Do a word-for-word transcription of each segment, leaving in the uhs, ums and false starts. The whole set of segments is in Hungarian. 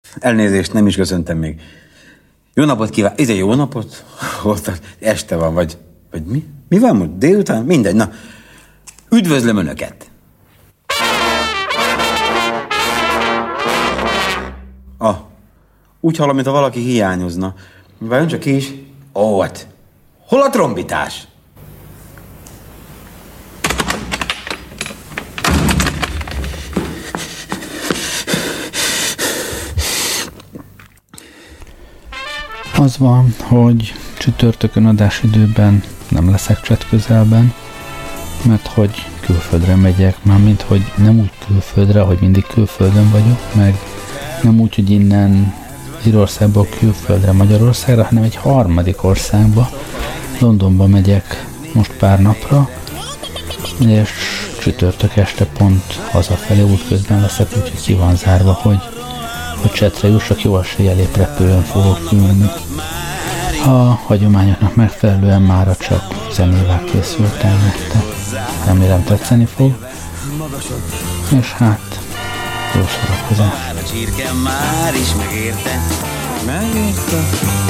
Elnézést, nem is köszöntem még. Jó napot kívánok. Ide jó napot? Ott este van, vagy, vagy mi? Mi van most? Délután? Mindegy. Na, üdvözlöm Önöket. Ah, úgy hallom, mintha valaki hiányozna. Várjon csak ki is. Ó, hát. Hol a trombitás? Az van, hogy csütörtökön adásidőben nem leszek chat közelben, mert hogy külföldre megyek, mármint hogy nem úgy külföldre, hogy mindig külföldön vagyok, meg nem úgy, hogy innen Írországból külföldre Magyarországra, hanem egy harmadik országba, Londonba megyek most pár napra, és csütörtök este pont hazafelé útközben leszek, úgyhogy ki van zárva, hogy hogy csetre jussak, jó eséllyel épp repülőn fogok ülni. A hagyományoknak megfelelően mára csak zenével készültem nektek. Remélem tetszeni fog. És hát, jó szórakozás. A csirke már is megérte. Megérte.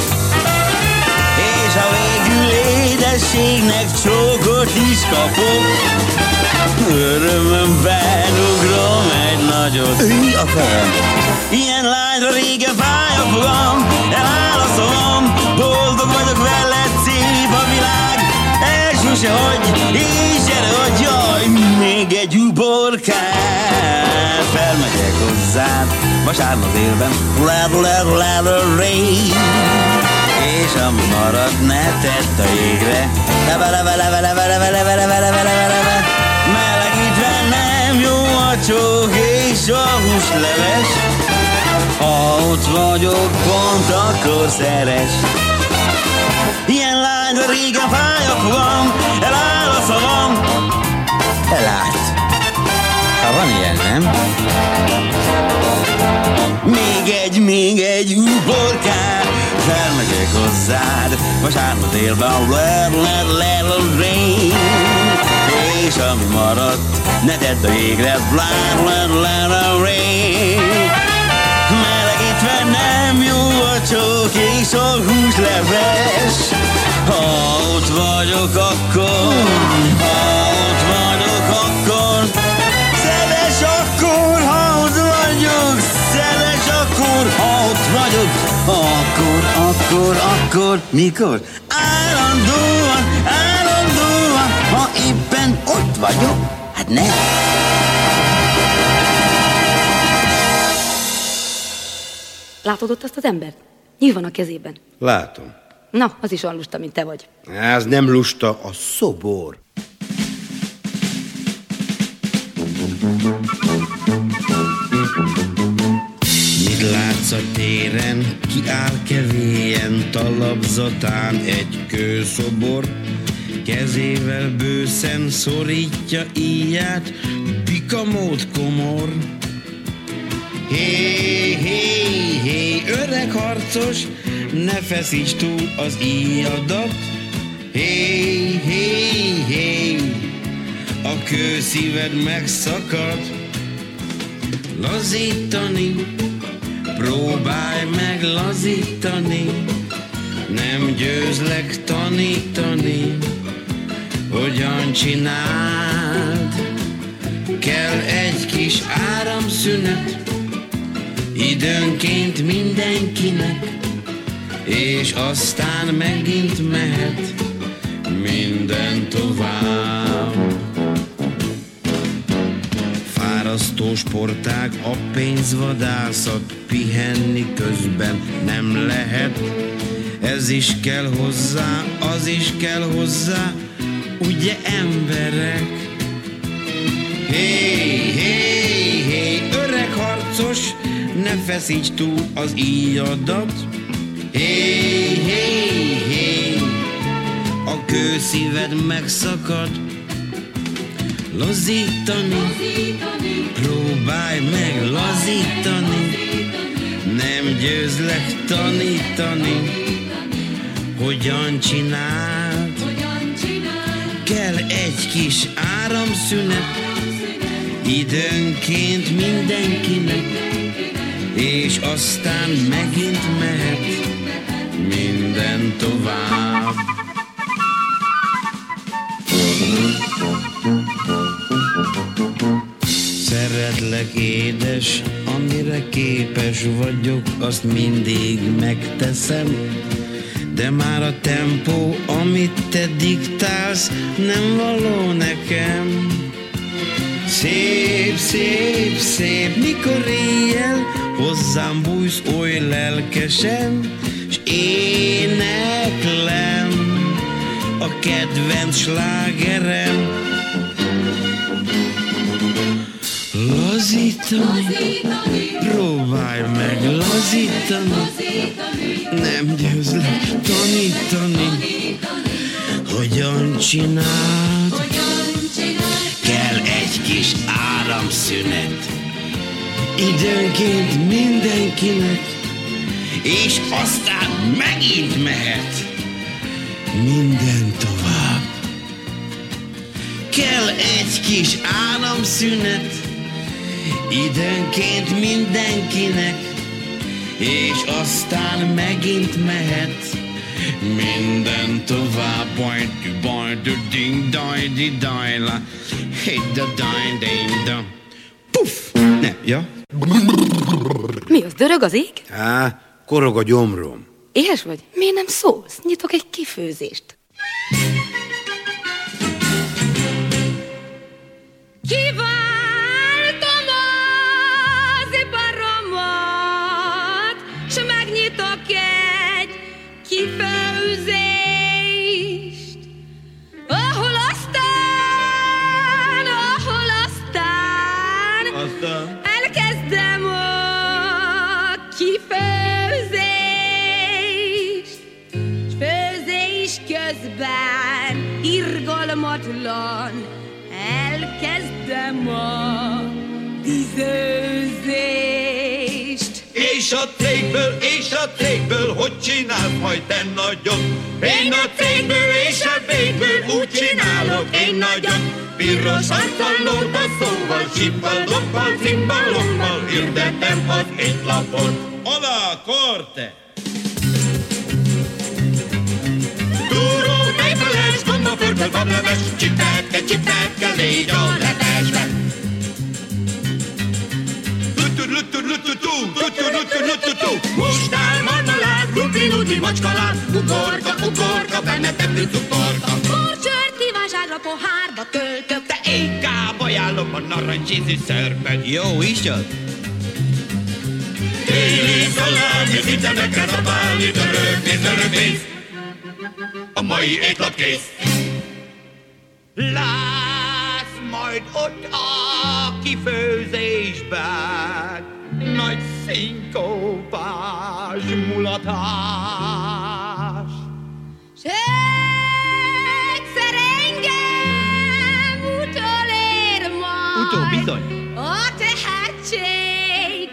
És a végül édességnek csókot is kapok. Örömömben ugrom egy nagyot. Ülj a felem! Ilyen lányra régen fáj a fogam, eláll a szavam, boldog vagyok veled, szép a világ, és sose hagyj, és gyere, hogy jaj, még egy uborkát. Felmegyek hozzád, vasárnap délben, let, let, let a rain, és ami marad, ne tedd a jégre, leve, leve, leve, leve, leve, leve, leve, leve, leve, leve, melegítve nem jó a csók és a húsleves. Ha ott vagyok, pont akkor szeres. Ilyen lányra régen fáj a fogam, eláll a szavam. Elállt. Ha van ilyen, nem? Még egy, még egy uborkát. Felmegyek hozzád, vasárnap délben, let, let, let a rain. És ami maradt, ne tedd a jégre, let, let, let a rain. Melegítve nem jó a csók és a húsleves. Ha ott vagyok akkor, ha ott vagyok akkor, szeles akkor, ha ott vagyok, szeles akkor, ha ott vagyok, akkor, akkor, akkor, mikor? Állandóan, állandóan, ha éppen ott vagyok, hát ne. Látod ott azt az embert? Mi van a kezében? Látom. Na, az is olyan lusta, mint te vagy. Ez nem lusta, a szobor. Mit látsz a téren, ki áll kevélyen, talapzatán egy kőszobor, kezével bőszen szorítja íját, bikamód komor. Hé, hé, hé, öreg harcos, ne feszíts túl az íjadat. Hé, hé, hé, a kőszíved megszakad. Lazítani, próbálj meg lazítani, nem győzlek tanítani, hogyan csináld. Kell egy kis áramszünet, időnként mindenkinek, és aztán megint mehet minden tovább. Fárasztó sportág, a pénzvadászat, pihenni közben nem lehet. Ez is kell hozzá, az is kell hozzá, ugye emberek? Hé, hé, hé, öreg harcos, ne feszíts túl az íjadat. Hé, hé, hé, a kőszíved megszakad. Lazítani, próbálj meg lazítani, nem győzlek tanítani, hogyan csináld. Kell egy kis áramszünet, időnként mindenkinek, és aztán megint mehet minden tovább. Szeretlek, édes, amire képes vagyok, azt mindig megteszem, de már a tempó, amit te diktálsz, nem való nekem. Szép, szép, szép, mikor éjjel hozzám bújsz oly lelkesen, s éneklem a kedvenc slágerem. Lazítani, lazítani, próbálj meg lazítani, lazítani, nem győzlek tanítani, tanítani, hogyan csináld, hogyan csináld. Kell egy kis áramszünet, időnként mindenkinek, és aztán megint mehet minden tovább. Kell egy kis áramszünet, időnként mindenkinek, és aztán megint mehet minden tovább. Baj, baj, ding, daj, di, daj, la, hey, da, daj, ding, da. Puff! Ne, ja? Mi az, dörög az ég? Á, korog a gyomrom. Éhes vagy? Miért nem szólsz? Nyitok egy kifőzést. Kiváltom az iparomat, s megnyitok egy kifőzést, ahol aztán, ahol aztán, aztán elkezdem a kifőzést, s főzés közben irgalmatlan elkezdem a tüzőzést. És a cégből, és a cégből, hogy csinálsz majd te nagyon? Én a cégből és a végből úgy csinálok én nagyon. Piros arccal, lóta szóval, sippal, doppal, cimbalommal hirdetem az étlapot. Oda, korte! Túró, tejfeles, gomba, pörkölt, bableves, csipetke, csipetke, légy a levesben. Lutur, lutur, lutur-tú, lutur, lutur, lutur-tú. Mustár, marmalád, rupli-nudli, macskalád, ugorka, ugorka, benne teplő cukorka. Borcsört kívánságra pohárba töltök, de inkább ajánlom a narancsízű szörpet. Jó, iszad! Téli szalámi, szítemekre zabálni, dörögnéz, dörögnéz. A mai étlap kész. Látsz majd ott a kifőzésben nagy szinkópás mulatás. s egyszer engem utolér majd Utol, bizony. a tehetség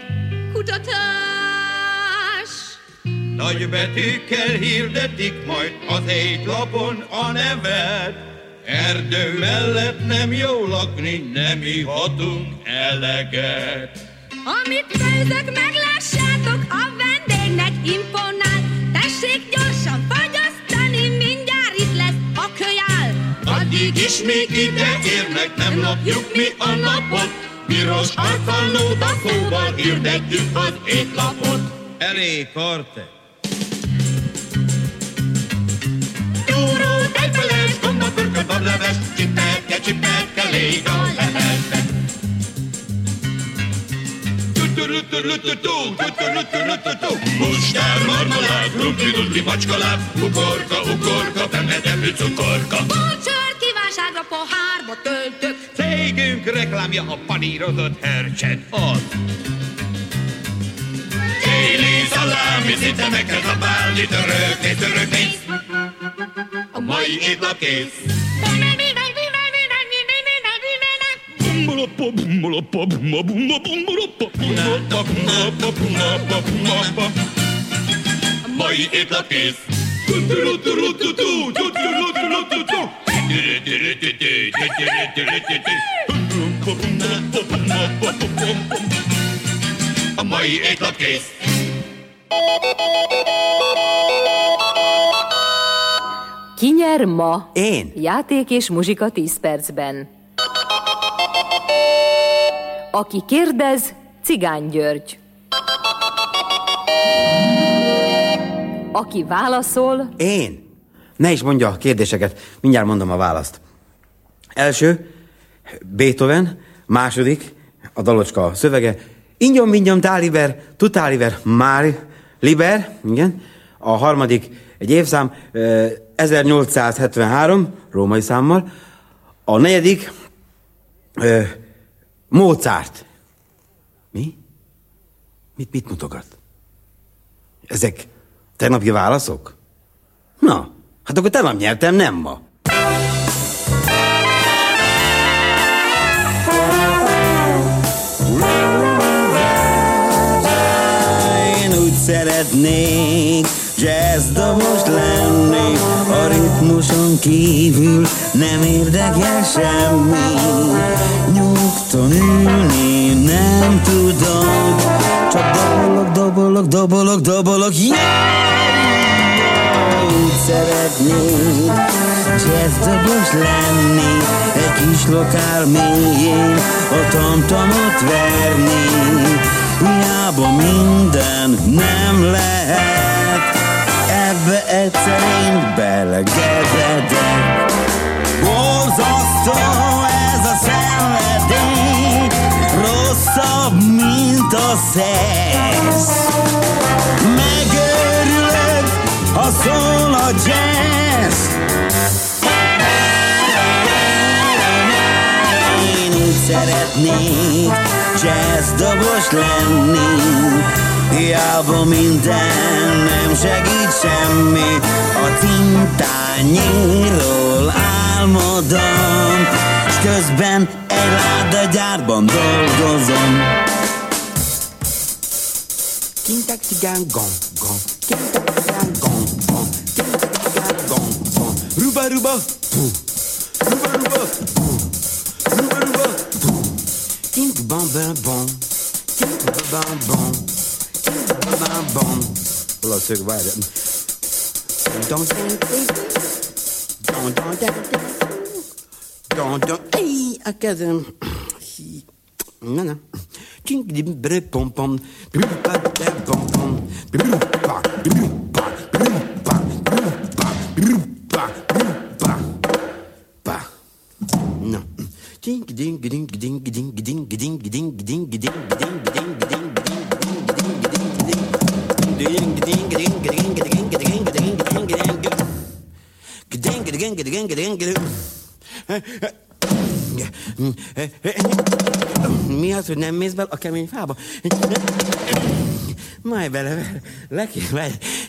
kutatás. Nagy betűkkel hirdetik majd az étlapon a neved. Erdő mellett nem jó lakni, nem ihatunk eleget. Amit főzök, meglássátok, a vendégnek imponál. Tessék gyorsan fagyasztani, mindjárt itt lesz a kölyál. Addig is még ide érnek, nem lopjuk mi a napot. Piros arccal, lóta szóval hirdetjük az étlapot. Elég, korte! Túró, tejfeles, gomba, pörkölt, bableves, csipetke, csipetke, légy a levesben. Mustár, marmalád, rupli-dupli, macskaláb, ugorka, ugorka, benne teplő cukorka. Borcsört kívánságra pohárba töltök, Cégünk reklámja a panírozott hercset az. Téli szalámi, szítemekre zabálni, töröknéz, töröknéz. A mai étlap kész. A mai étlap kész. a mai étlap kész. Ki nyer ma? Én. Játék és muzsika tíz percben. Aki kérdez, Cigány György. Aki válaszol... Én. Ne is mondja a kérdéseket, mindjárt mondom a választ. Első, Beethoven. Második, a dalocska szövege. Ingyom, vingyom, táliber, tutáliber, mári, liber. Igen. A harmadik, egy évszám, ezernyolcszázhetvenhárom, római számmal. A negyedik, Mozart. Mi? Mit, mit mutogat? Ezek tegnapi válaszok? Na, hát akkor tegnap nyertem, nem ma. Én úgy szeretnék jazzdobos lenni, a ritmuson kívül nem érdekel semmi. Nyugton ülni nem tudok, csak dobolok, dobolok, dobolok, dobolok. Úgy szeretnék jazzdobos lenni, egy kis lokál mélyén a tamtamot verni. Hiába minden nem lehet, ebbe egyszer én belegededek. Borzasztó ez a szenvedély, rosszabb, mint a szex. Megőrülök, ha szól a jazz. Én úgy szeretnék jazzdobos lenni, hiába minden nem segít semmi. A tintányéról álmodom, s közben egy ládagyárban dolgozom. Kintek cigán gong gong, kintek cigán gong gong, kintek cigán gong gong. Ruba ruba pu, ruba ruba pu, ruba ruba pu. Kink bam bam bam, kink bam bam, kink bam bam. Hol a szög, várj. Don't don't don't don't don't don't. Ej, a kezem. Na na. Kink dim bre pom pom, bim pa pom pom, bim pa bim pa bim pa bim pa bim pa bim pa pa. No. Ding ding ding ding ding ding ding ding ding ding mi az, hogy nem mész bele a kemény fába? Majd bele, lekér,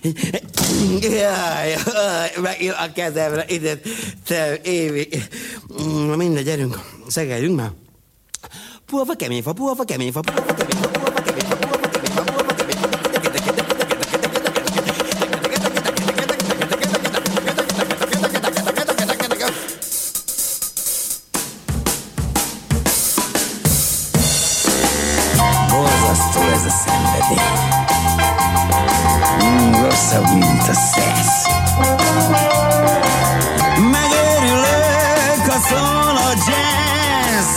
jaj, megél a kezemre, ide, te évi. Mindegy, gyerünk, szegeljünk már. Pulva kemény fa, pulva kemény fa, pulva kemény fa, pulva kemény fa, pulva kemény fa, pulva kemény fa. Borzasztó ez a szenvedély. Rosszabb, mint a szesz. Megőrülök, ha szól a jazz.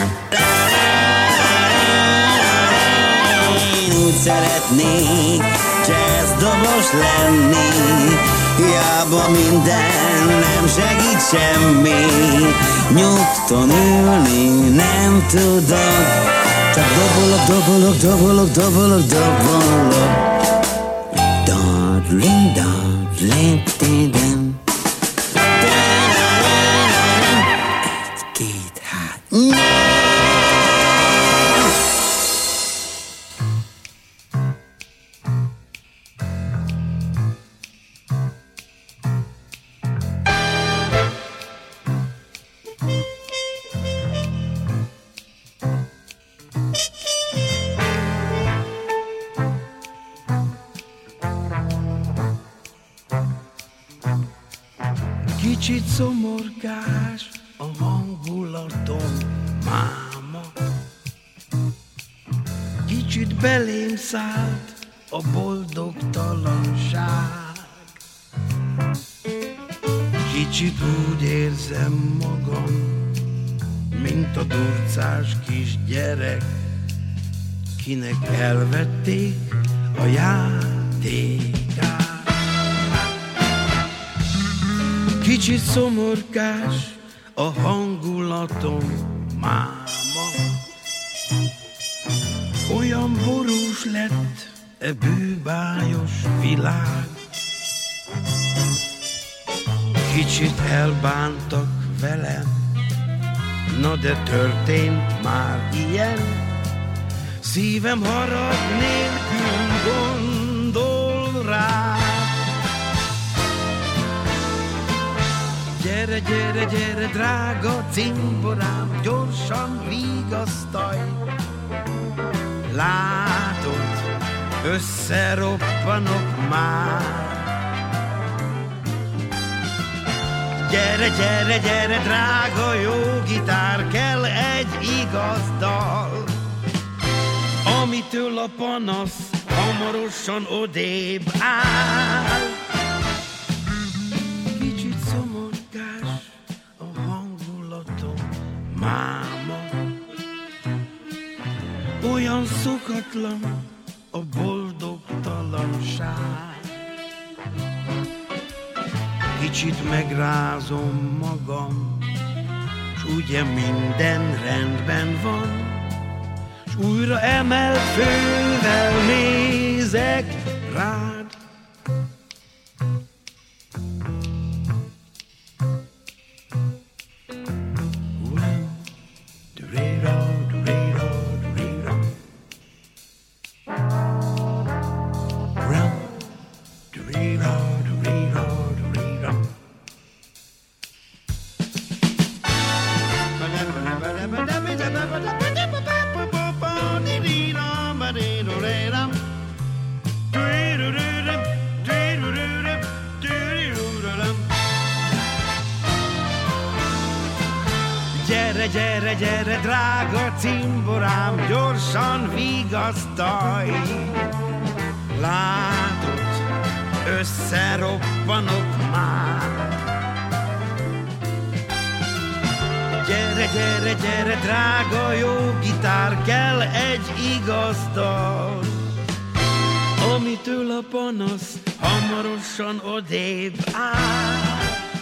Én úgy szeretnék jazzdobos lenni, hiába minden nem segít semmi. Nyugton ülni nem tudok, csak dobolok, dobolok, dobolok, dobolok, dobolok. Darling, darling, tidem. Egy-két, hát. Kicsit szomorkás a hangulatom, máma. Kicsit belém szállt a boldogtalanság. Kicsit úgy érzem magam, mint a durcás kis gyerek, kinek elvették a játékát. Kicsit szomorkás a hangulatom, máma, olyan borús lett e bűbájos világ. Kicsit elbántak velem, na de történt már ilyen, szívem harag nélkül gondol rá. Gyere, gyere, gyere, drága cimborám, gyorsan vigasztalj. Látod, összeroppanok már. Gyere, gyere, gyere, drága jó gitár, kell egy igaz dal, amitől a panasz hamarosan odébb áll. Kicsit szomorkás a hangulatom, máma, olyan szokatlan a boldogtalanság. Kicsit megrázom magam, s ugye minden rendben van, s újra emelt fővel nézek rád. Gyere, gyere, gyere, drága cimborám, gyorsan vigasztalj. Látod, összeroppanok már. Gyere, gyere, gyere, drága jó gitár, kell egy igaz dal, amitől a panasz hamarosan odébb áll.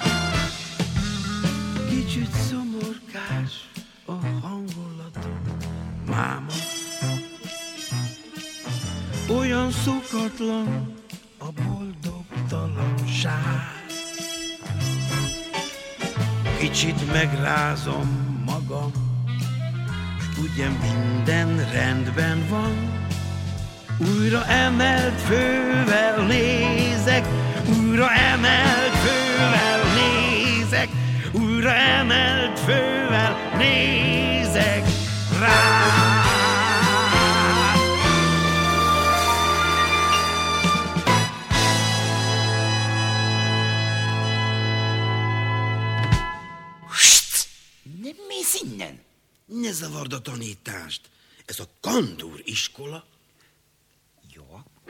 Kicsit szomorkás a hangulatom, máma, olyan szokatlan a boldogtalanság. Kicsit megrázom magam, s ugye minden rendben van, újra emelt fővel nézek, újra emelt fővel nézek, újra emelt fővel nézek rá. Nem mész innen? Ne zavard a tanítást. Ez a Kandúr iskola. Jó.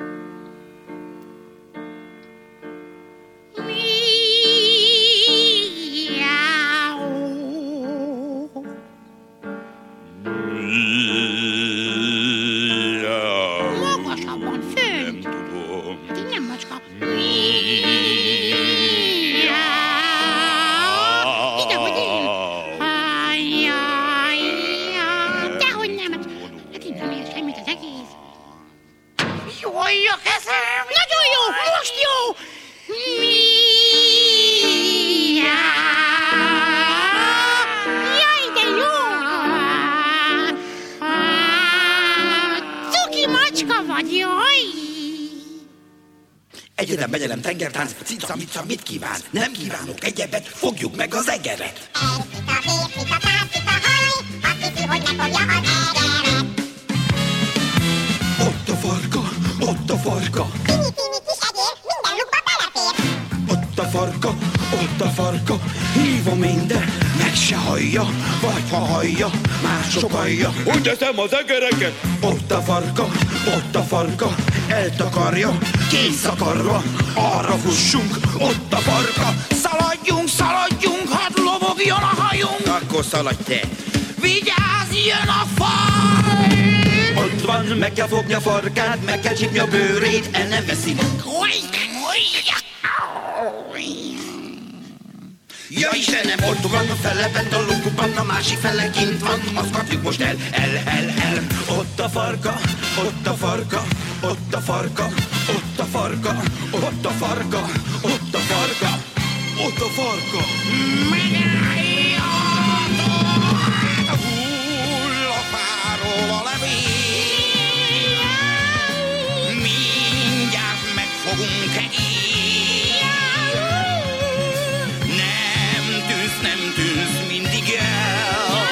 Magasabban, fönt. Nem tudom. Hát így nem macska. Ide, hogy én. Dehogy nem. Hát így nem ér semmit az egész. Jaj, a kezem! Nagyon jó, most jó! Jaj, de jó! Cuki macska vagy, jaj! Egyedem, begyelem, tengertánc, cica, mica, mit kíván? Nem kívánok egyebet, fogjuk meg az egeret! Egy cica, két cica, pár cica, haj, azt hiszi, hogy megfogja az egeret. Ott a farka, ott a farka, Fini-fini kis egér, minden lukba belefér. ott a farka, ott a farka, hívom minden, meg se hallja, vagy ha hallja, mások hallja. Úgy teszem az egereket! Ott a farka, ott a farka, eltakarja, készakarva, arra fussunk, ott a farka. Szaladjunk, szaladjunk, hadd lobogjon a hajunk. Akkor szaladj te. Vigyázz, jön a faj! Ott van, meg kell fogni a farkát, meg kell csípni a bőrét, el nem veszi. Ja Istenem, ott van a fele bent a lukban, a másik fele kint van, azt kapjuk most el, el, el, el. Ott a farka, ott a farka, ott a farka, ott a farka, ott a farka, ott a farka, ott a farka. Hull a fáról a levél, mindjárt megfogunk egy él. Nem tűnsz, nem tűnsz mindig el,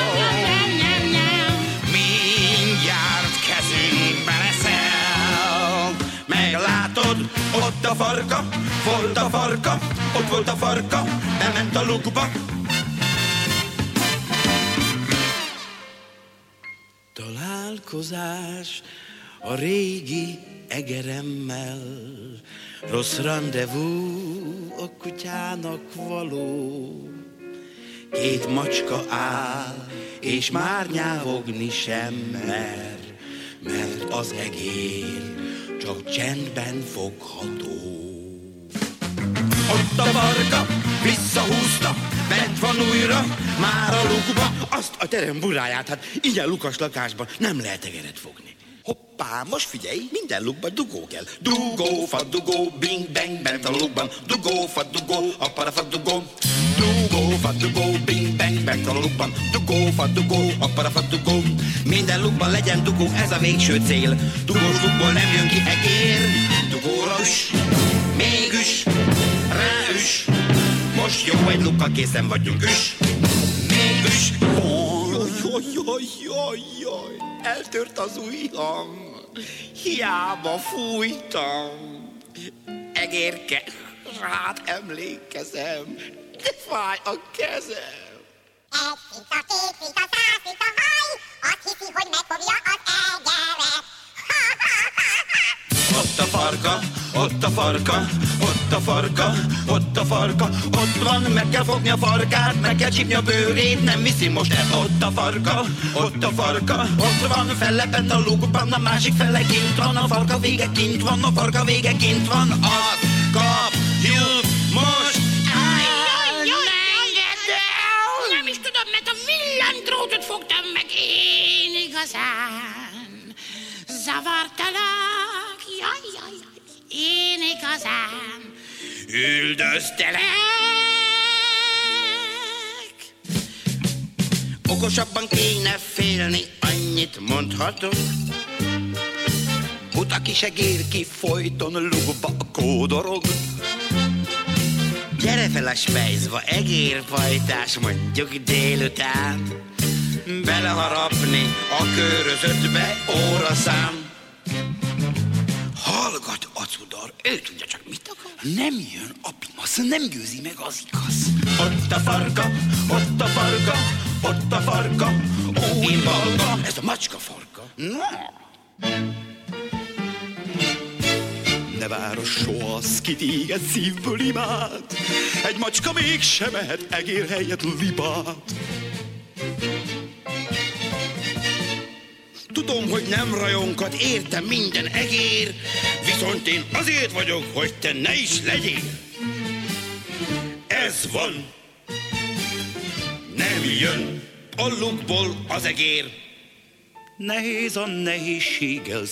mindjárt kezünkbe leszel. Meglátod, ott a farka, volt a farka, ott volt a farka, bement a lukba. Találkozás a régi egeremmel, rossz rendezvú a kutyának való. Két macska áll, és már nyávogni sem mer, mert az egér csak csendben fogható. Ott a farka, visszahúzta, bent van újra, már a lukba, azt a terem buráját, hát ilyen lukas lakásban nem lehet egeret fogni. Hoppá, most figyelj, minden lukban dugó kell. Dugó, fa, dugó, bing, bang, bent a lukban. Dugó, fa, dugó, apara, fa, dugó. Dugó, fa, dugó, bing, bang, bent a lukban. Dugó, fa, dugó, apara, fa, dugó. Minden lukban legyen dugó, ez a végső cél. Dugós lukból nem jön ki egér. Dugóra üss, még üss, rá üss. Most jó, egy lukkal készen vagyunk, üss, még üss. Jaj, jaj, jaj, jaj, jaj. Eltört az ujjam, hiába fújtam. Egérke, rád emlékezem, de fáj a kezem. Egy szita, két szita, száz szita haj, azt hiszi, hogy megfogja az egeret. Ott a farka, ott a farka, ott a farka, ott a farka, ott van, meg kell fogni a farkát, meg kell csípni a bőrét, nem viszi most el. Ott a farka, ott a farka, ott van, fele bent a lukban, a másik fele kint van, a farka vége kint van, a farka vége kint van, azt kapjuk most el. Nem is tudom, mert a villámdrótot fogtam meg én igazán. Zavartalak, jaj, jaj, jaj, én igazán üldöztelek. Okosabban kéne félni, annyit mondhatok. Buta kis egér ki folyton lukba kódorog. Gyere fel a spejzba, egérfajtás, mondjuk délután. Beleharapni a körözöttbe óraszám. Hallgat, acudar, ő tudja csak mit akar. Nem jön a pimasz, nem győzi meg az igaz. Ott a farka, ott a farka, ott a farka, új balga, ez a macska farka. No. Ne város soha az, ki téged szívből imád. Egy macska mégsem mehet egér helyett libát. Tudom, hogy nem rajonghat, értem minden egér, viszont én azért vagyok, hogy te ne is legyél. Ez van. Nem jön a lukból az egér. Nehéz a nehézséggel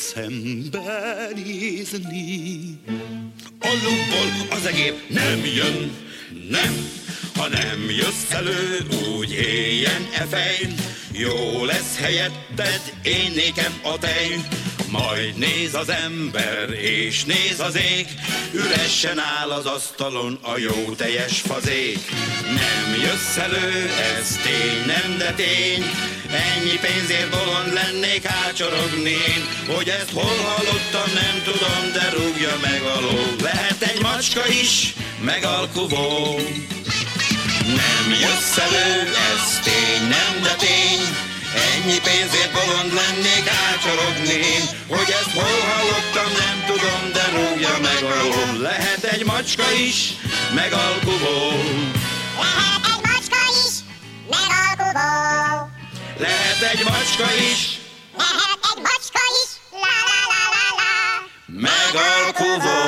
szembenézni. A lukból az egér nem jön, nem. Ha nem jössz elő, úgy éljen e fej. Jó lesz helyetted, én nékem a tej. Majd néz az ember, és néz az ég, üresen áll az asztalon a jó teljes fazék. Nem jössz elő, ez tény, nem de tény. Ennyi pénzért bolond lennék, ácsorogni én. Hogy ezt hol hallottam, nem tudom, de rúgja meg a ló. Lehet egy macska is, meg alkuvó. Nem jössz elő, ez tény, nem de tény. Ennyi pénzért bolond lennék, ácsorognék, hogy ezt hol hallottam, nem tudom, de rúgja meg a ló. Lehet egy macska is, meg alkuvó. Lehet egy macska is, meg alkuvó. Lehet egy macska is, Lehet egy macska is, la la la la la. meg alkuvó.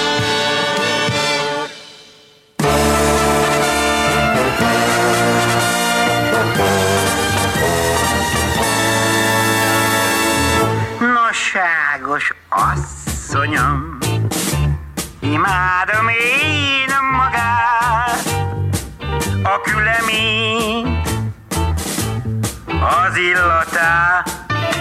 Nosságos asszonyom, imádom én magát, a küleményt, az illatát.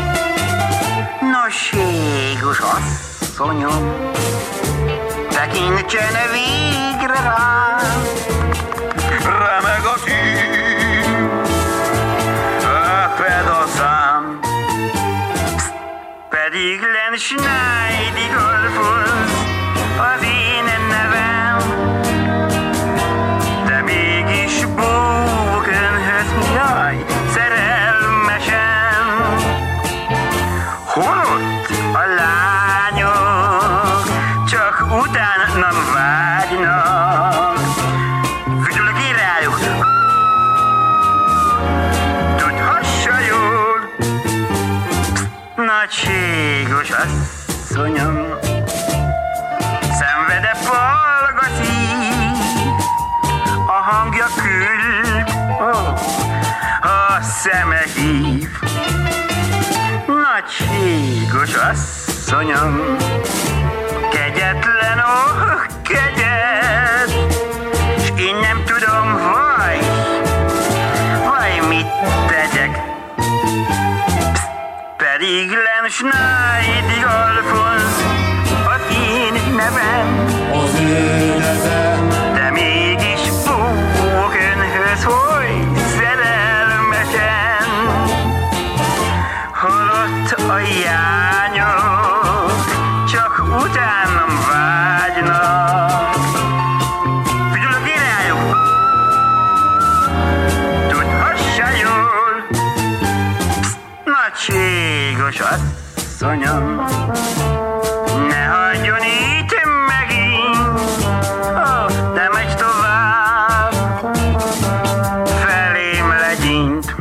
Nosságos asszonyom, tekintsen végre rám, remeg a szív, öped a szám. Pedig len Schneidig Alfonz az én nevem, de mégis búgok önhöz, jaj, szerelmesen. Hol ott a lányok, csak utánam vágynak, figyelök én rájuk, tudhassa jól. Nagyságos asszonyom, szenvede palga szív, a hangja küld, oh, a szeme hív. Nagyságos asszonyom, kegyetlen, oh, kegyet, s én nem tudom, vaj, vaj, mit tegyek. Pedig len Schneidig Alfonz az én nevem, Az ő neve, de mégis fúgok önhöz, hogy szerelmesen. Holott a jányok csak utánam vágynak, figyelök én rájuk, tudhassa jól. Nagyságos asszonyom, ne hagyjon itt megint, oh, de megy tovább, felém legyint.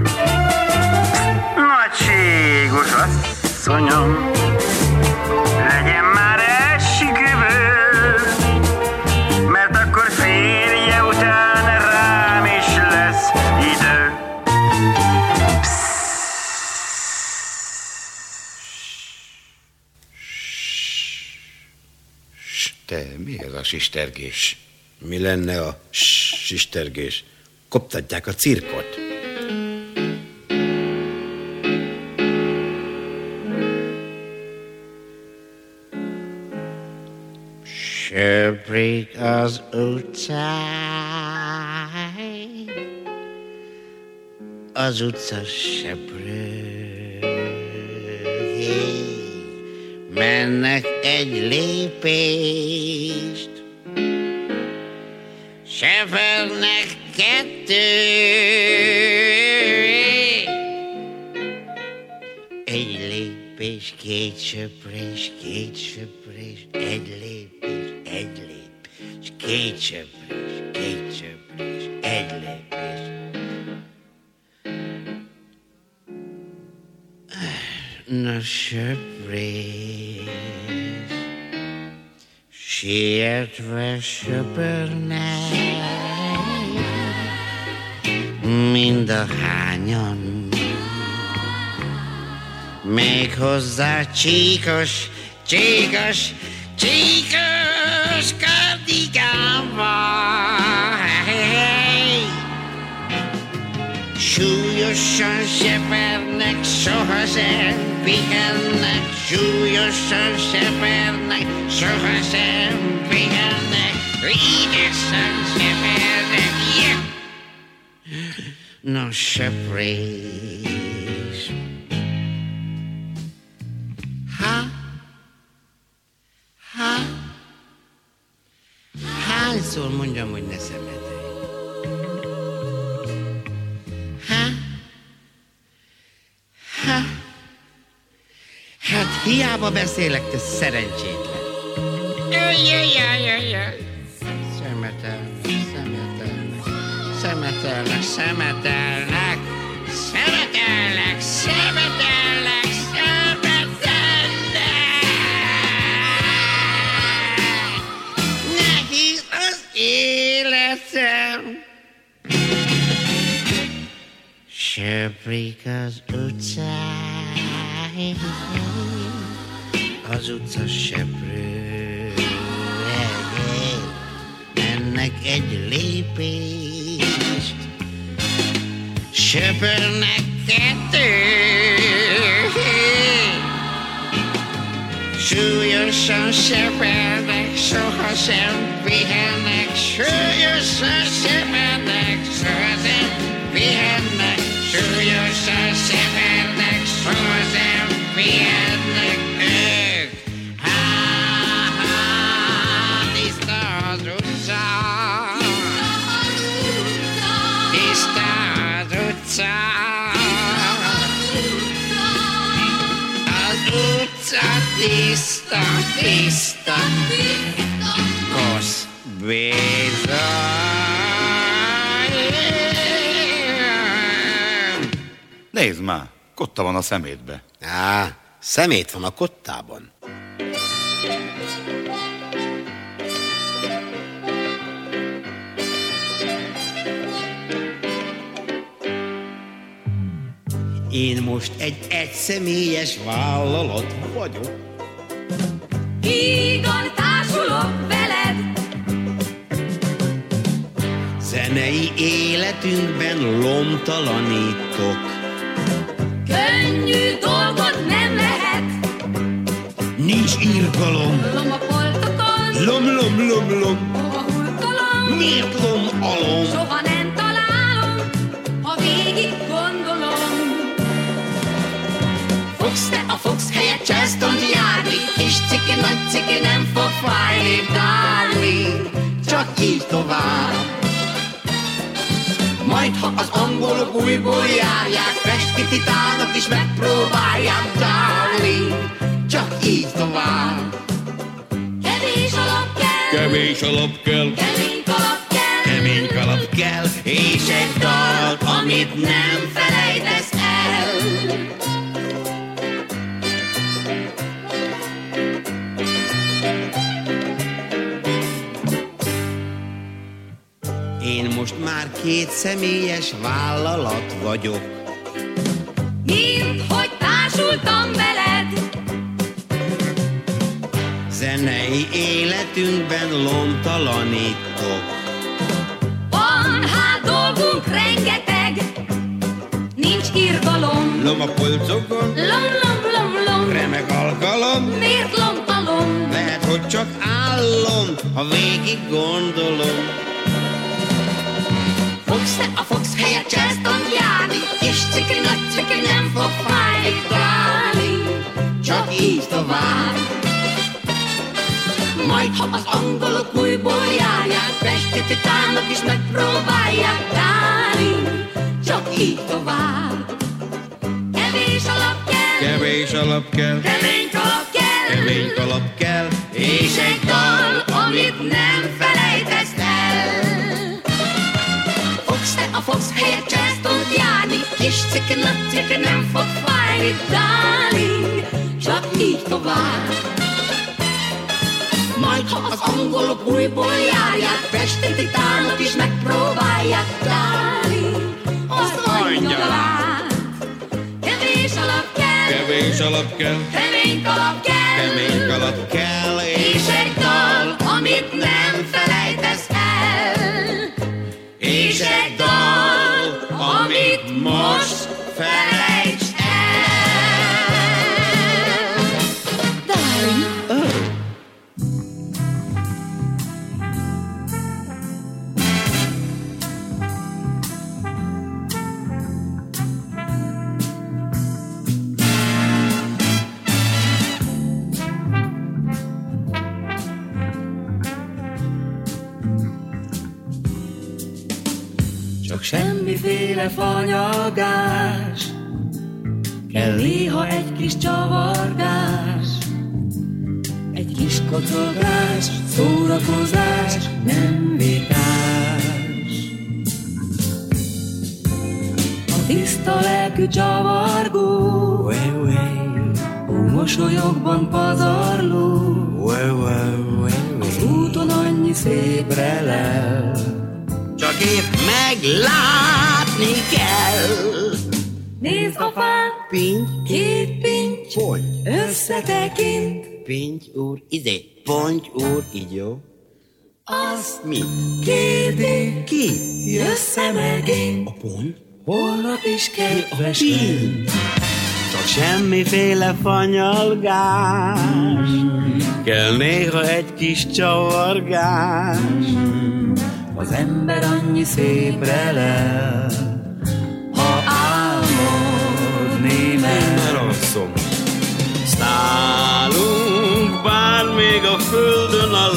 Nagyságos asszonyom, legyen már esküvő, mert akkor férje után rám is lesz idő. te, mi ez a sistergés? Mi lenne a sistergés? Koptatják a cirkot. Söprik az utcáj, az utca söprő, mennek egy lépést, söpörnek kettő. Egy lépés, két söprés, két söprés, egy lépés, egy lépés, két söprés, két söprés, egy lépés. Na söprés, sietve söpörnek, mind a hányan, méghozzá csíkos, csíkos, csíkos kardigánban. Súlyosan sepernek, sohasem pihennek, súlyosan sepernek, sohasem pihennek, rígesen sepernek, yeah! No söprés. Ha? Ha? Hányszor mondjam, hogy ne szemetelj? Ha? Hiába beszélek, te szerencsétlen. Jajjajjajjaj. Szemetelnek, szemetelnek, szemetelnek, szemetelnek, szemetelnek, szemetelnek, szemetelnek. Nehéz az életem. Söprik az utcáig, az utca söprő, mennek egy lépést, söpörnek kettőt, súlyosan söpörnek, sohasem pihennek, súlyosan söpörnek, sohasem pihennek, súlyosan söpörnek, sohasem pihennek ők. Ha-ha, tiszta az utca, tiszta az utca, az utca tiszta, tiszta, kosz bizony. Nézd már, kotta van a szemétbe. Á, szemét van a kottában. Én most egy egyszemélyes vállalat vagyok. Vígan társulok veled, Zenei életünkben lomtalanítok. könnyű dolgod nem lehet. Nincs irgalom. Lom a poltokon, Lom, lom, lom, lom. hova hurcolom, Miért lom alom? soha nem találom, ha végig gondolom. Fogsz te a fogsz helyett Charleston járni, kis ciki, nagy ciki nem fog fájni, darling, Csak így tovább. majd ha az angolok újból járják, pesti titánok is megpróbálják, darling, Csak így tovább. Kevés alap kell, Kevés alap kell, kemény kalap kell, Kemény kalap kell, és egy dalt, amit nem felejtesz el. Én most már két személyes vállalat vagyok. mint hogy társultam veled. Zenei életünkben lomtalanítok. Van hát dolgunk rengeteg, nincs irgalom. Lom a polcokon, Lom, lom, lom, lom, remek alkalom. miért lomtalom? Lehet, hogy csak állom, ha végig gondolom. fogsz te a fogsz helyett Charleston járni, kis ciki, nagy ciki nem fog fájni, darling, Csak így tovább. majd ha az angolok újból járják, pesti titánok is megpróbálják, darling, Csak így tovább. Kevés alap kell, Kevés alap kell, kemény kalap kell, kemény kalap kell, és egy dal, amit nem felejtesz el. fogsz te a fogsz helyett Charleston járni, kis ciki, nagy ciki nem fog fájni, darling, Csak így tovább. majd ha az angolok újból járják, pesti titánok is megpróbálják, darling, Azt mondja rá. Kevés alap kell, Kevés alap kell, kemény kalap kell, kemény kalap kell, és egy dal, amit nem felejtesz el. és egy dal, amit most felejts el. darling. Csak semmiféle fanyagás, kell néha egy kis csavargás. Kocogás, szórakozás, nem vitás. A tiszta lelkű csavargó, ó, mosolyokban pazarló, az úton annyi szépre lel. Csak épp meglátni kell. Nézd a fán, Pinty, két pinty, Ponty, összetekint, Pinty úr, izé, Ponty úr, így jó. azt Mit? kérdi, Ki? jössze megint, A Ponty? holnap is kedves Pinty. Csak semmiféle fanyalgás, kell néha egy kis csavargás. az ember annyi szépre lel, ha álmodni mer. Rosszom. Szállunk, bár még a földön a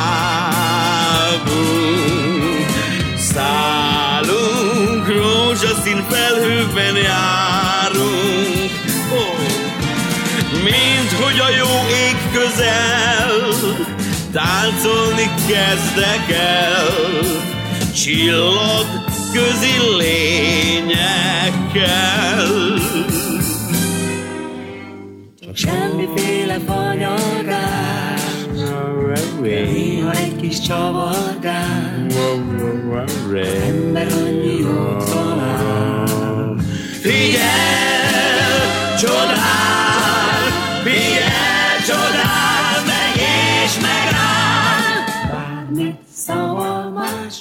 lábunk. Szállunk, rózsaszín felhőben járunk. Oh. Mint hogy a jó ég közel, táncolni kezdek el. Csillag közi lényekkel. Csak semmiféle fanyalgás, néha egy kis csavargás, az ember annyi jót talál. Figyel, csodál, figyel, csodál, meg és megáll. Bármit szaval más,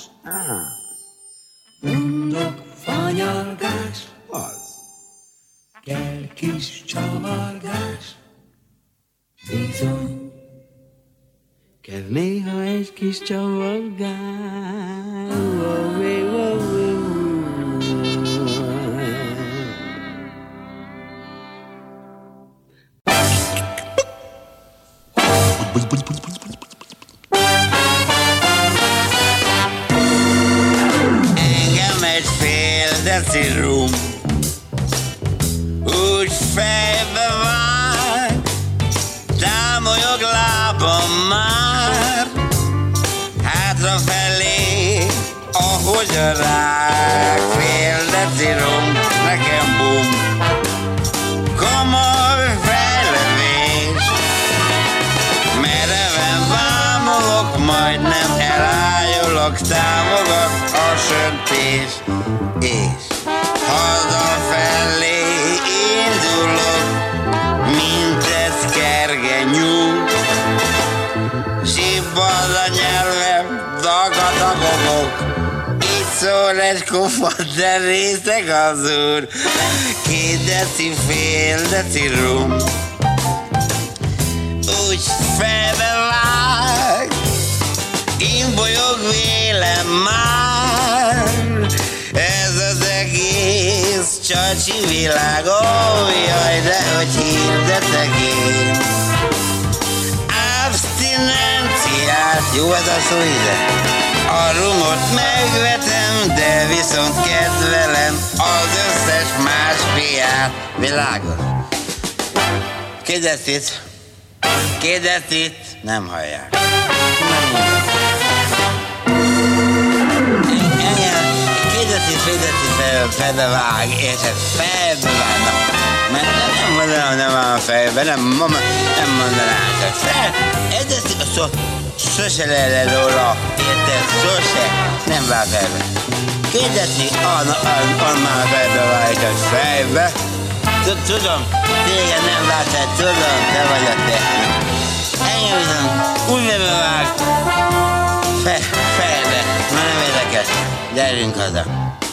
mondok fanyalgás, Az. kell kis csavargás, bizony. Kell néha egy kis csavargás. Oh, oh, oh, oh. Engem egy fél deci rum úgy fejbe vág, támolyog lábam már, hátrafelé, ahogy a rák. Fél deci rum, nekem bum, komoly fejlevés, mereven vámolok, majdnem elájulok, támogat a söntés, és hazafelé indulok, mint egy kergenyú. Zsibbad a nyelvem, dagad a gogok, így szól egy kofa, de részeg az úr. Két deci, fél deci rum, úgy fejbe vág, én bolyog vélem már. Ez az egész csacsi világ, ó, jaj, de hogy hirdetek én. Abstinenciát, jó ez a szó ide. A rumot megvetem, de viszont kedvelem az összes más piát. Világos? Kérdezz itt, kérdezz itt, nem hallják. Kérdezi, kérdezi, fejbe vág, és ez fejbe vágnak. Mert nem mondanám, nem van a fejbe, nem, nem mondanám, csak fel. Ez a szó, sose le le róla, érted, sose, nem vág fejbe. Kérdezi, on már a fejbe vág, csak fejbe. Tudom, téged nem vág fel, tudom, te vagy a te. Engem viszont úgy fejbe vág, fejbe, már nem érdekes. Gyerünk haza.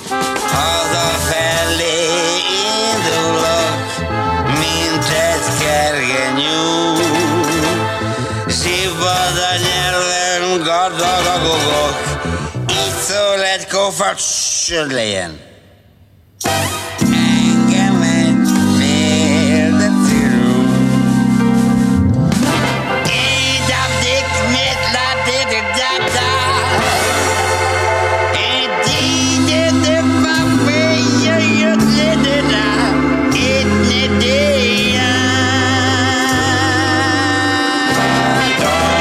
Hazafelé indulok, mint egy kergenyú. Zsibbad a nyelvem, gazdag a gogok, így szól egy kofa, sőt legyen. Engem egy fél deci rum. Így abdik, mit látték, gyáptál. Don't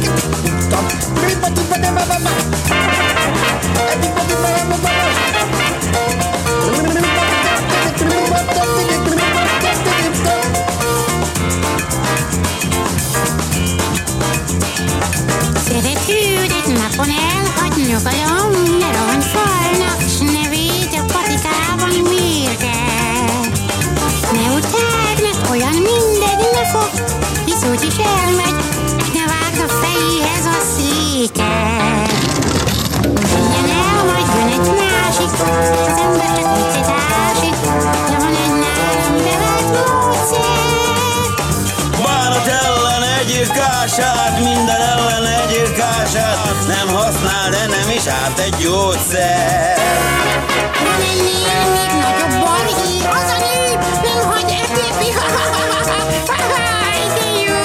Szeretődet napon elhagy nyugalom, ne rongyfalnak, s ne védj a patikában mérge. Ne utáld meg, olyan mindegy, ne fog, hisz úgyis elmegy, ne vágd a fejéhez a széket. Menjen el, majd jön egy másik, az ember csak viccet ásik, de van egy nálam bevált módszer. Bánat ellen egy írkását, minden ellen egy írkását, nem használ, de nem is árt egy gyógyszer. Van ennél még nagyobb balhé, az a nő, nem hagy eltépi, ha-ha-ha-ha-ha, de jó.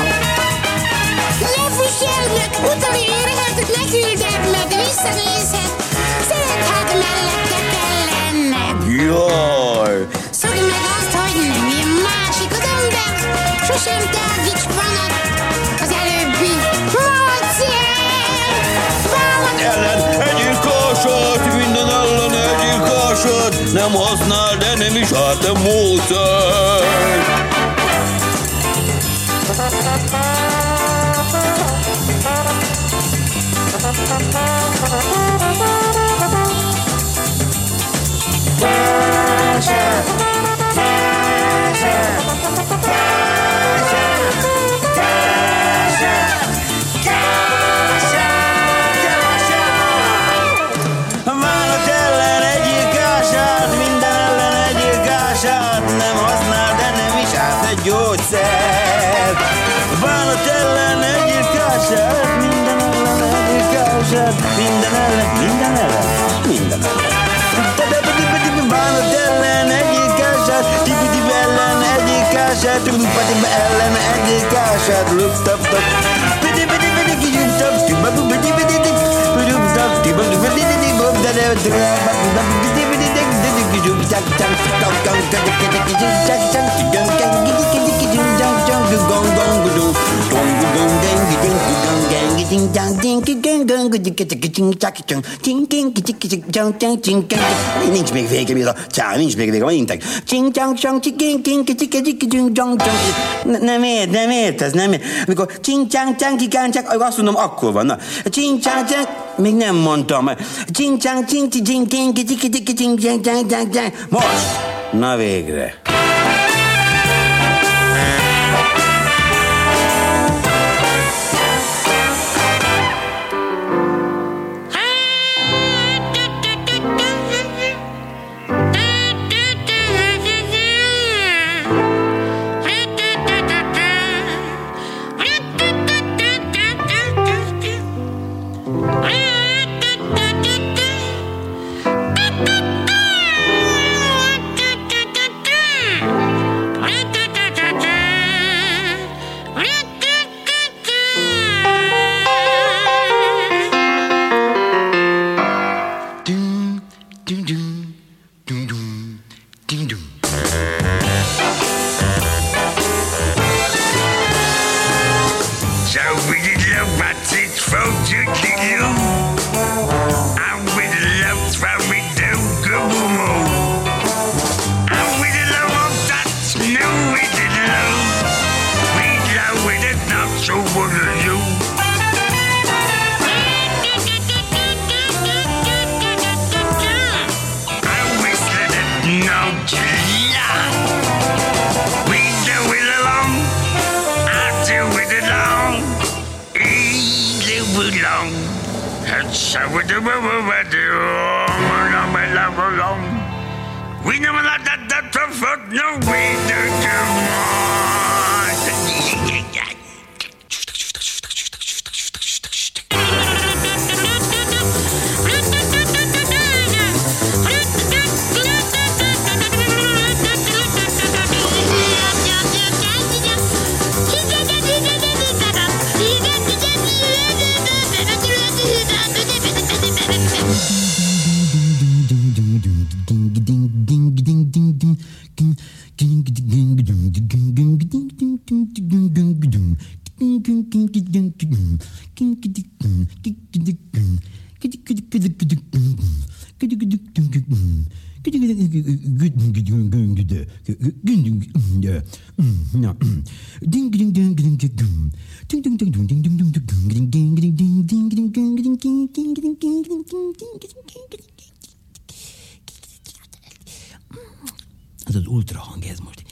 Lefuss el meg, utolérhet, lekülded meg, visszanézhet, szerethet mellette kell lenned. Jaj! Szokd meg azt, hogy nem ilyen másik az ember, sosem tágíts vanat az előbbi módszer. Vállat ellen egy írkását, minden ellen egy írkását, nem használ, de nem is árt a módszer. Vállalat ellen egy írkását, minden ellen egy írkását, nem használ, de nem is árt egy gyógyszer. Vállalat ellen egy írkását, minden ellen egy írkását, minden ellen, minden ellen, minden ellen. Vállalat ellen egy írkását, tipi-tip ellen egy írkását, tipi-tip ellen egy írkását, lup-tap-tap, pidi-pidi-pidi-pidi-tap, tipa-pidi-pidi-tip, pidi-tap, tipa-pidi-pidi-tip, nincs még vége, mi ez a csá, nincs még vége, intek. Nem ért, nem értesz, nem ért. Amikor csing-csang-csang-kikáncsák, azt mondom, akkor van. Na, csing-csang-csang, még nem mondtam. Csing-csang-csing-csing-csing-csing-csing-csing-csing-csing-csing. Most! Na végre! We never let that that foot no we do Ding ding ding ding ding ding ding ding ding ding ding ding ding ding Ez az ultrahang, ez most.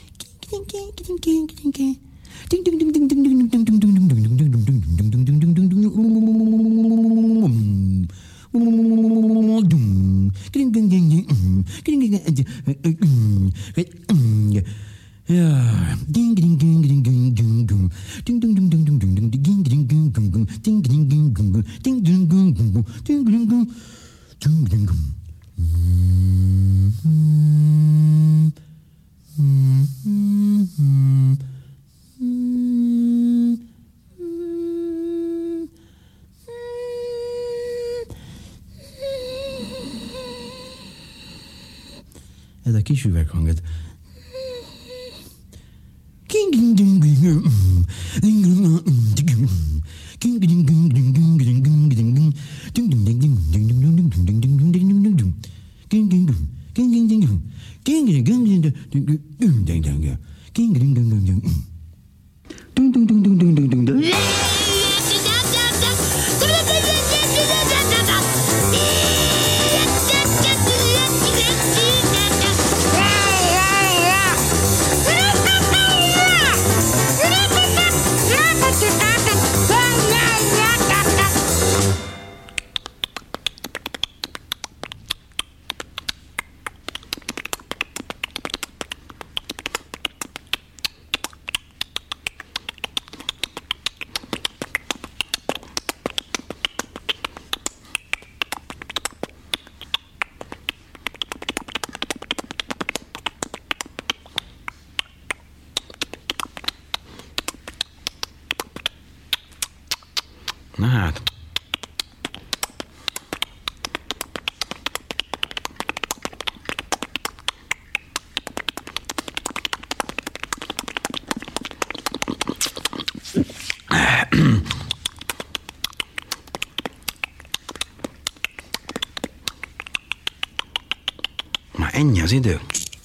Ez a kis üveghang, ez... Na hát. Már ennyi az idő?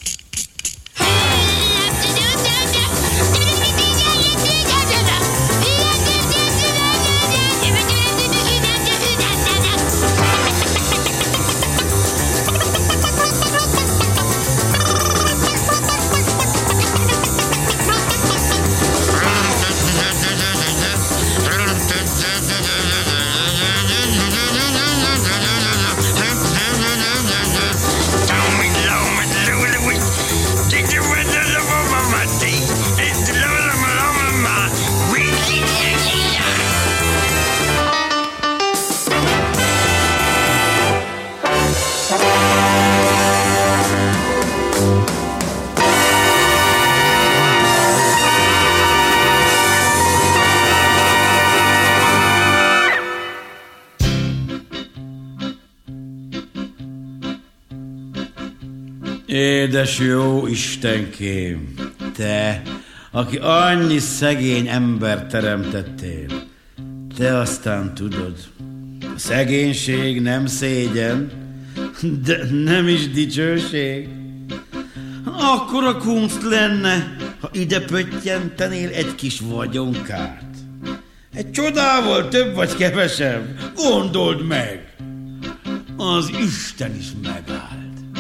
Édes jó Istenkém, te, aki annyi szegény ember teremtettél, te aztán tudod, a szegénység nem szégyen, de nem is dicsőség. Akkora kunst lenne, ha ide pöttyentenél egy kis vagyonkát. Egy csodával több vagy kevesebb, gondold meg, az Isten is megállt.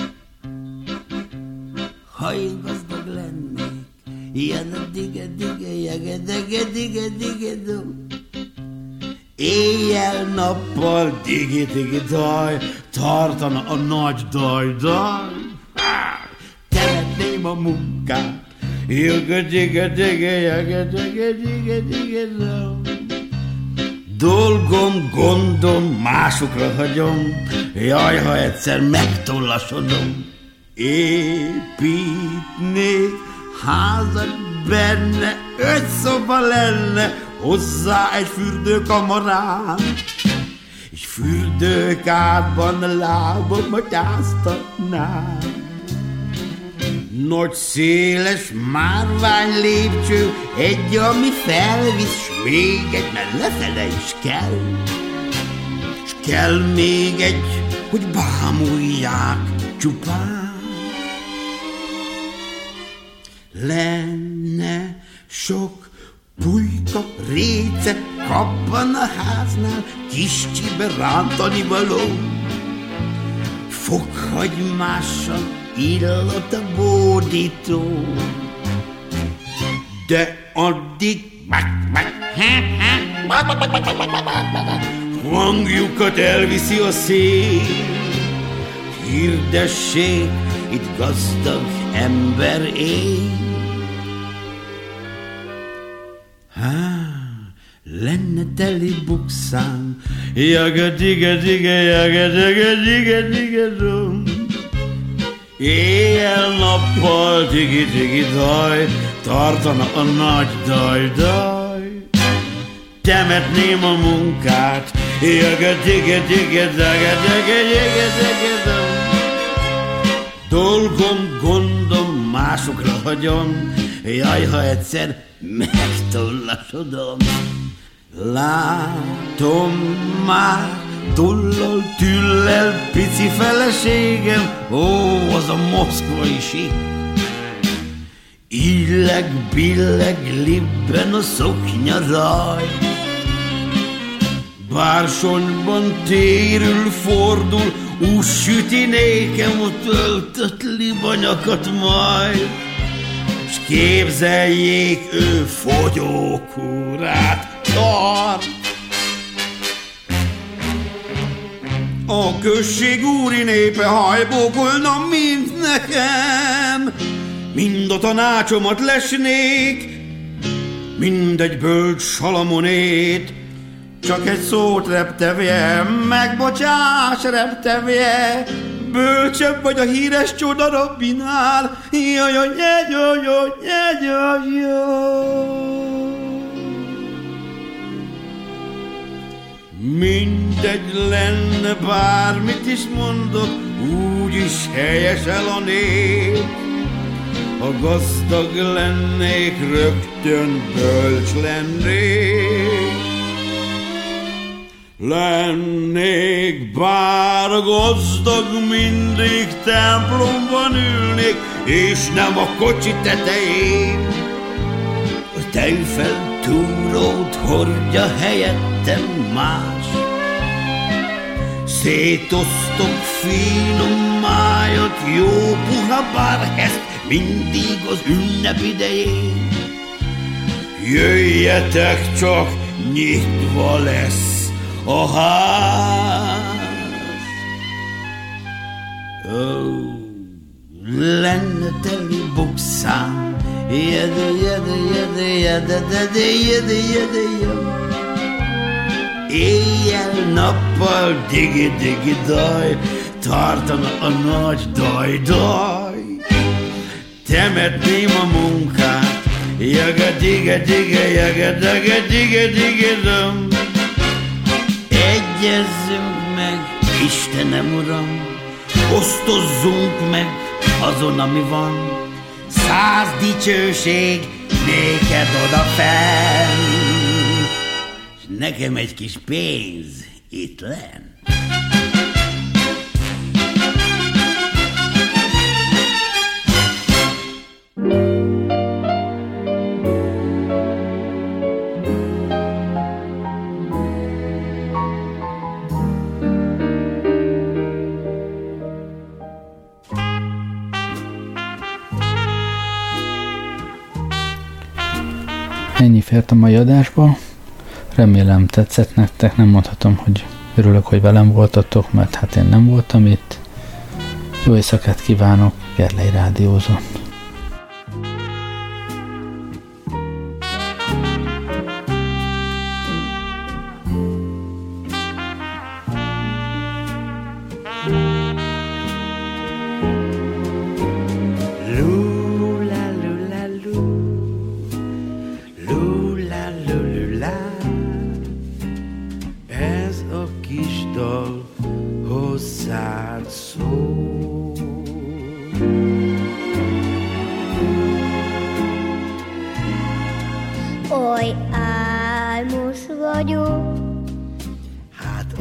Ha én gazdag lennék, ilyen a dige-dige, jege-dege-dige-dige-dum. Éjjel-nappal digi-digi-daj, tartana a nagy daj-daj. Temetném a munkát, jege-dige-dige, jege-dege-dige-dige-dum. Dolgom, gondom, másokra hagyom, jaj, ha egyszer megtollasodom. Építnék házat benne, öt szoba lenne, hozzá egy fürdőkamarám, és fürdőkádban a lábamat áztatnám. Nagy széles márvány lépcső, egy, ami felvisz, s még egy, mert lefele is kell. S kell még egy, hogy bámulják csupán. Lenne sok pulyka, réce, kappan a háznál, kis csibe rántani való. Fokhagymással illat a bódító, de addig hangjukat elviszi a szél. Hirdessék, itt gazdag ember él. Há, lenne teli bukszám, jaga-diga-diga, jaga-diga-diga-diga-dum. Éjjel-nappal digi-digi-daj, tartana a nagy daj-daj. Temetném a munkát, jaga-diga-diga-daga-daga-diga-diga-dum. Dolgom, gondom, másokra hagyom, jaj, ha egyszer megtollasodom. Látom már, tullal, tüllel, pici feleségem, ó, az a moszkvai sík. Illeg, billeg, libben a szoknya raj. Bársonyban térül, fordul, úgy süti nékem a töltött libanyakat majd. S képzeljék, ő fogyókúrát tart. A község úri népe hajbókolna, mint nekem. Mind a tanácsomat lesnék, mindegy bölcs Salamonét. Csak egy szót reptevje, megbocsáss reptevje, bölcsebb vagy a híres csoda Robinál. Jaj, jaj, jaj, jaj, jaj, jaj. Mindegy lenne, bármit is mondok, úgyis helyesel a nép. Ha gazdag lennék, rögtön bölcs lennék. Lennék bár gazdag, mindig templomban ülnék, és nem a kocsi tetején. A tejfel túrót hordja helyettem más. Szétosztok finom májat, jó puha bárheszt, mindig az ünnep idején. Jöjjetek csak, nyitva lesz a ház. Oh, lenne teli bukszám, jede, jede, jede, jede, jede, jede, jede, jede. Éjjel-nappal digi-digi-daj, tartana a nagy daj-daj. Temetném a munkát, jaga-diga-diga, jaga-daga-diga-diga-dum. Egyezzünk meg, Istenem Uram, osztozzunk meg azon, ami van. Száz dicsőség néked odafenn, s nekem egy kis pénz itt lenn. Ennyi fért a mai adásba. Remélem tetszett nektek, nem mondhatom, hogy örülök, hogy velem voltatok, mert hát én nem voltam itt. Jó éjszakát kívánok, Gerlei rádiózott.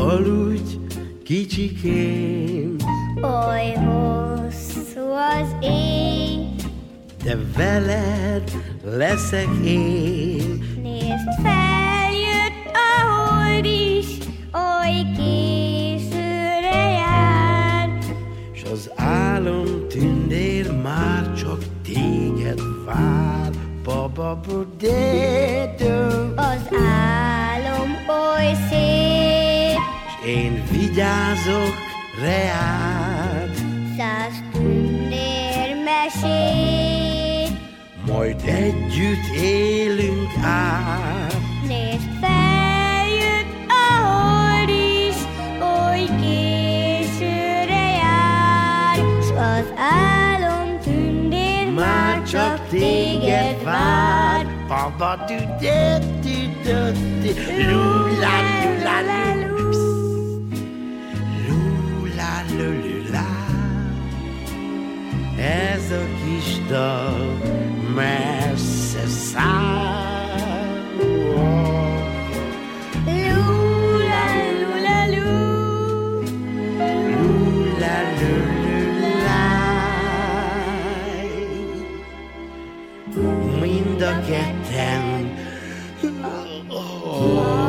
aludj, kicsikém, oly hosszú az éj, de veled leszek én. nézd fel, jött a hold is, oly későre jár, S az álom tündér már csak téged vár. Ba-ba-bu-dé-dum. az álom oly szép, S én vigyázok reád, száz tündér mesét, majd együtt élünk át. nézd fel, jött a hold is, oly későre jár, s az álom tündér Már csak téged vár. Ba-ba-du-dé-du-du-du. Lu-la-lu-la-lu. Lu-la-lu-lu-la. Ez a kis dal messze száll. Lu-la-lu-la-lu. Lu-la-lu-lu-la. Mind a ketten. Oh.